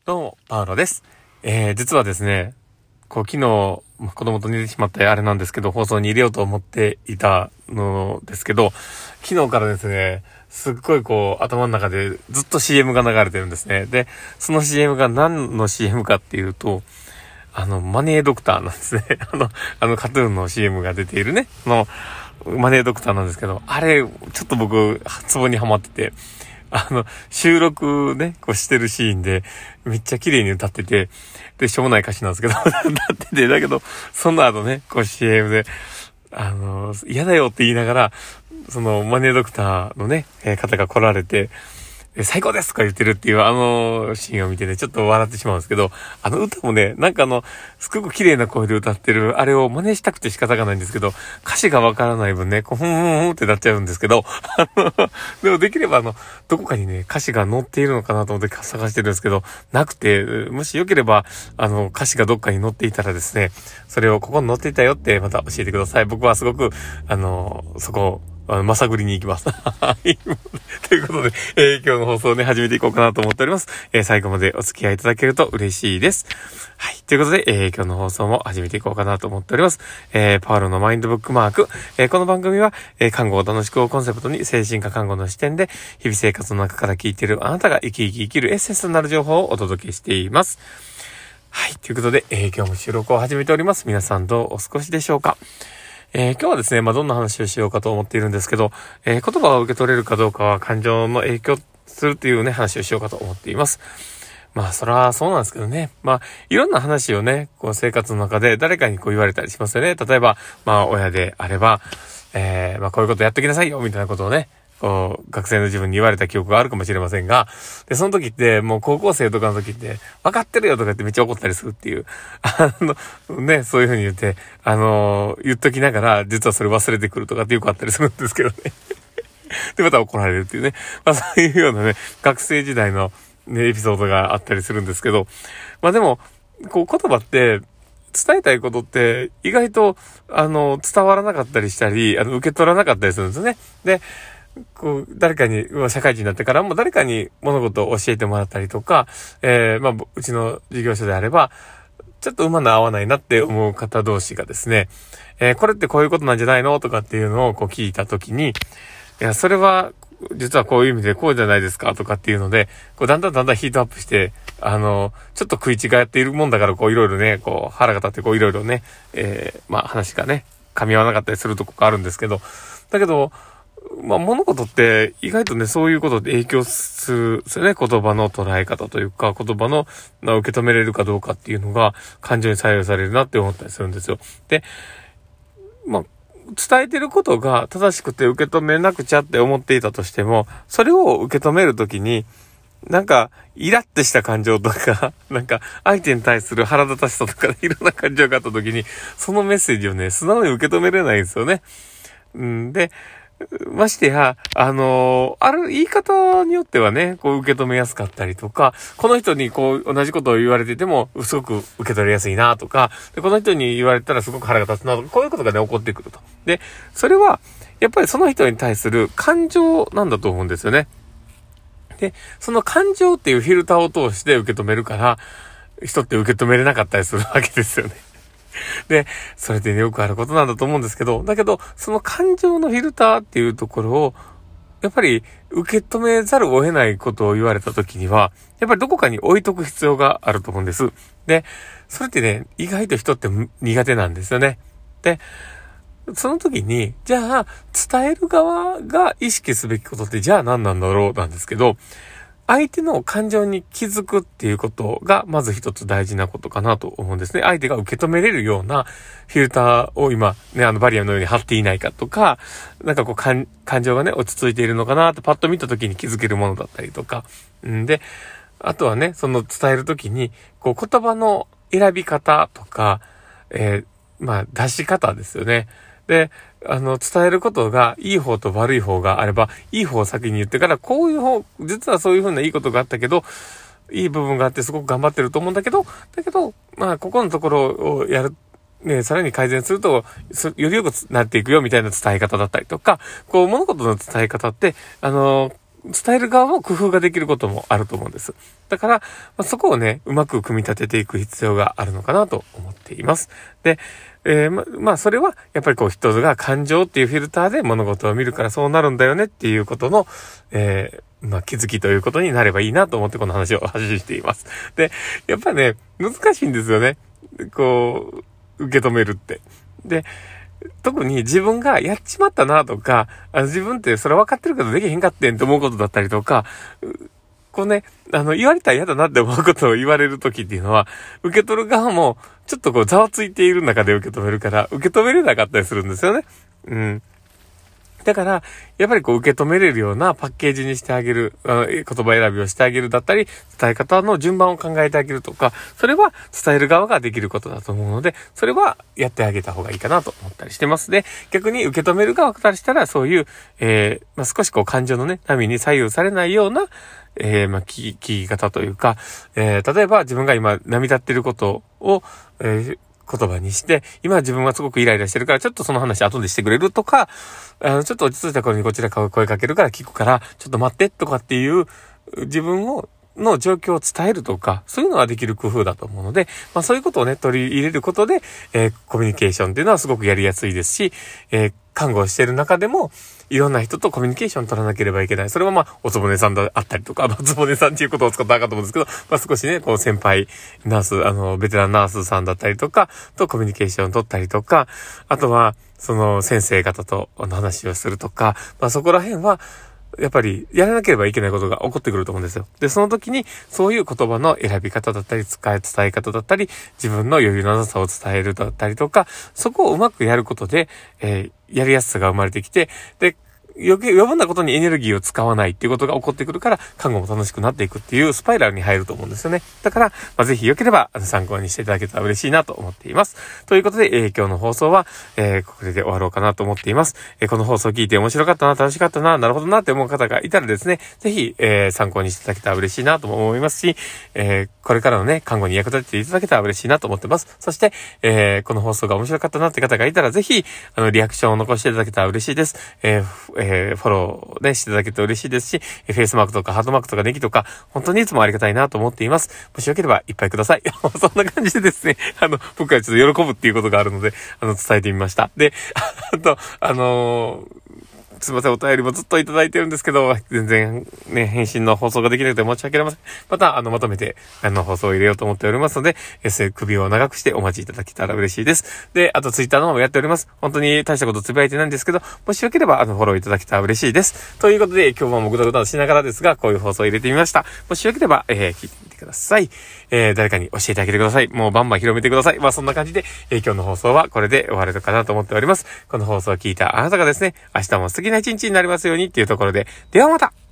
どうも、パウロです。実はですね、昨日、子供と寝てしまってあれなんですけど、放送に入れようと思っていたのですけど、昨日からですね、すっごい頭の中でずっと CM が流れてるんですね。で、その CM が何の CM かっていうと、マネードクターなんですね。カトゥーンの CM が出ているね、マネードクターなんですけど、あれ、ちょっと僕、ツボにハマってて、収録ね、してるシーンで、めっちゃ綺麗に歌ってて、で、しょうもない歌詞なんですけど、歌ってて、だけど、その後ね、CM で、嫌だよって言いながら、その、マネードクターのね、方が来られて、最高ですとか言ってるっていうシーンを見てね、ちょっと笑ってしまうんですけど、歌もね、すごく綺麗な声で歌ってる、あれを真似したくて仕方がないんですけど、歌詞がわからない分ね、ふんってなっちゃうんですけど、でもできればどこかにね、歌詞が載っているのかなと思って探してるんですけど、なくて、もしよければ、歌詞がどっかに載っていたらですね、それをここに載っていたよってまた教えてください。僕はすごく、そこを、まさぐりに行きます。ということで、今日の放送をね、始めていこうかなと思っております。最後までお付き合いいただけると嬉しいです。はい。ということで、今日の放送も始めていこうかなと思っております。パウロのマインドブックマーク。この番組は、看護を楽しくをコンセプトに精神科看護の視点で、日々生活の中から聞いているあなたが生き生きるエッセンスとなる情報をお届けしています。はい。ということで、今日も収録を始めております。皆さんどうお過ごしでしょうか？今日はですね、どんな話をしようかと思っているんですけど、言葉を受け取れるかどうかは感情の影響するっていうね、話をしようかと思っています。そらそうなんですけどね。いろんな話をね、生活の中で誰かに言われたりしますよね。例えば、親であれば、こういうことやっときなさいよ、みたいなことをね、学生の自分に言われた記憶があるかもしれませんが、で、その時って、もう高校生とかの時って、分かってるよとか言ってめっちゃ怒ったりするっていう、ね、そういう風に言って、言っときながら、実はそれ忘れてくるとかってよくあったりするんですけどね。で、また怒られるっていうね。そういうようなね、学生時代のね、エピソードがあったりするんですけど、でも、言葉って、伝えたいことって意外と、伝わらなかったりしたり、受け取らなかったりするんですよね。で、誰かに、社会人になってからも誰かに物事を教えてもらったりとか、うちの事業所であれば、ちょっと馬の合わないなって思う方同士がですね、これってこういうことなんじゃないのとかっていうのを聞いたときに、いや、それは、実はこういう意味でこうじゃないですかとかっていうので、だんだんヒートアップして、ちょっと食い違っているもんだからいろいろね、腹が立っていろいろね、話がね、噛み合わなかったりするとこがあるんですけど、だけど、物事って意外とね、そういうことで影響するんですよね。言葉の捉え方というか、言葉の受け止めれるかどうかっていうのが感情に左右されるなって思ったりするんですよ。で、伝えてることが正しくて受け止めなくちゃって思っていたとしても、それを受け止めるときに、イラッとした感情とか、相手に対する腹立たしさとか、いろんな感情があったときに、そのメッセージをね、素直に受け止めれないんですよね。で、ましてや、ある言い方によってはね、受け止めやすかったりとか、この人に同じことを言われてても、すごく受け取りやすいなとか、でこの人に言われたらすごく腹が立つなとか、こういうことがね、起こってくると。で、それは、やっぱりその人に対する感情なんだと思うんですよね。で、その感情っていうフィルターを通して受け止めるから、人って受け止めれなかったりするわけですよね。で、それでね、よくあることなんだと思うんですけど、だけど、その感情のフィルターっていうところを、やっぱり受け止めざるを得ないことを言われた時には、やっぱりどこかに置いとく必要があると思うんです。で、それってね、意外と人って苦手なんですよね。で、その時に、じゃあ、伝える側が意識すべきことってじゃあ何なんだろうなんですけど、相手の感情に気づくっていうことが、まず一つ大事なことかなと思うんですね。相手が受け止めれるようなフィルターを今、ね、バリアのように張っていないかとか、感情がね、落ち着いているのかなってパッと見た時に気づけるものだったりとか。で、あとはね、その伝える時に、言葉の選び方とか、出し方ですよね。で、伝えることがいい方と悪い方があれば、いい方を先に言ってから、こういう方、実はそういう風ないいことがあったけど、いい部分があってすごく頑張ってると思うんだけど、ここのところをやる、ね、さらに改善すると、よりよくなっていくよみたいな伝え方だったりとか、物事の伝え方って、 伝える側も工夫ができることもあると思うんです。だから、そこをね、うまく組み立てていく必要があるのかなと思っています。で、それは、やっぱり人が感情っていうフィルターで物事を見るからそうなるんだよねっていうことの、気づきということになればいいなと思ってこの話を発信しています。で、やっぱね、難しいんですよね。受け止めるって。で、特に自分がやっちまったなとか、自分ってそれ分かってるけどできへんかってんって思うことだったりとか、言われたら嫌だなって思うことを言われるときっていうのは、受け取る側も、ちょっとざわついている中で受け止めるから、受け止めれなかったりするんですよね。だから、やっぱり受け止めれるようなパッケージにしてあげる、言葉選びをしてあげるだったり、伝え方の順番を考えてあげるとか、それは伝える側ができることだと思うので、それはやってあげた方がいいかなと思ったりしてます。で、逆に受け止める側からしたら、そういう、少し感情のね、波に左右されないような、聞き方というか、例えば自分が今波立っていることを、言葉にして、今自分はすごくイライラしてるから、ちょっとその話後でしてくれるとか、ちょっと落ち着いた頃にこちらから声かけるから聞くから、ちょっと待ってとかっていう、自分の状況を伝えるとか、そういうのはできる工夫だと思うので、そういうことをね、取り入れることで、コミュニケーションっていうのはすごくやりやすいですし、看護をしている中でも、いろんな人とコミュニケーションを取らなければいけない。それはおつぼねさんであったりとか、つぼねさんっていうことを使ったらあかんと思うんですけど、少しね、先輩ナース、ベテランナースさんだったりとか、とコミュニケーションを取ったりとか、あとは、先生方と話をするとか、そこら辺は、やっぱりやらなければいけないことが起こってくると思うんですよ。で、その時にそういう言葉の選び方だったり、伝え方だったり、自分の余裕のなさを伝えるだったりとか、そこをうまくやることで、やりやすさが生まれてきて、で、余分なことにエネルギーを使わないっていうことが起こってくるから、看護も楽しくなっていくっていうスパイラルに入ると思うんですよね。だから、ぜひ良ければ参考にしていただけたら嬉しいなと思っています。ということで、今日の放送は、これで終わろうかなと思っています。この放送を聞いて面白かったな、楽しかったな、なるほどなって思う方がいたらですね、ぜひ、参考にしていただけたら嬉しいなとも思いますし、これからのね、看護に役立てていただけたら嬉しいなと思ってます。そして、この放送が面白かったなって方がいたら、ぜひ、リアクションを残していただけたら嬉しいです。フォローね、していただけると嬉しいですし、フェイスマークとかハートマークとかネギとか、本当にいつもありがたいなと思っています。もしよければいっぱいください。そんな感じでですね、僕はちょっと喜ぶっていうことがあるので、伝えてみました。で、すいません、お便りもずっといただいてるんですけど、全然ね、返信の放送ができなくて申し訳ありません。また、まとめて、放送を入れようと思っておりますので、首を長くしてお待ちいただけたら嬉しいです。で、あとツイッターの方もやっております。本当に大したことつぶやいてないんですけど、もしよければ、フォローいただけたら嬉しいです。ということで、今日もぐだぐだしながらですが、こういう放送を入れてみました。もしよければ、聞いてみてください。誰かに教えてあげてください。もうバンバン広めてください。そんな感じで、今日の放送はこれで終われるかなと思っております。この放送を聞いたあなたがですね、明日も素敵な一日になりますようにっていうところで、ではまた。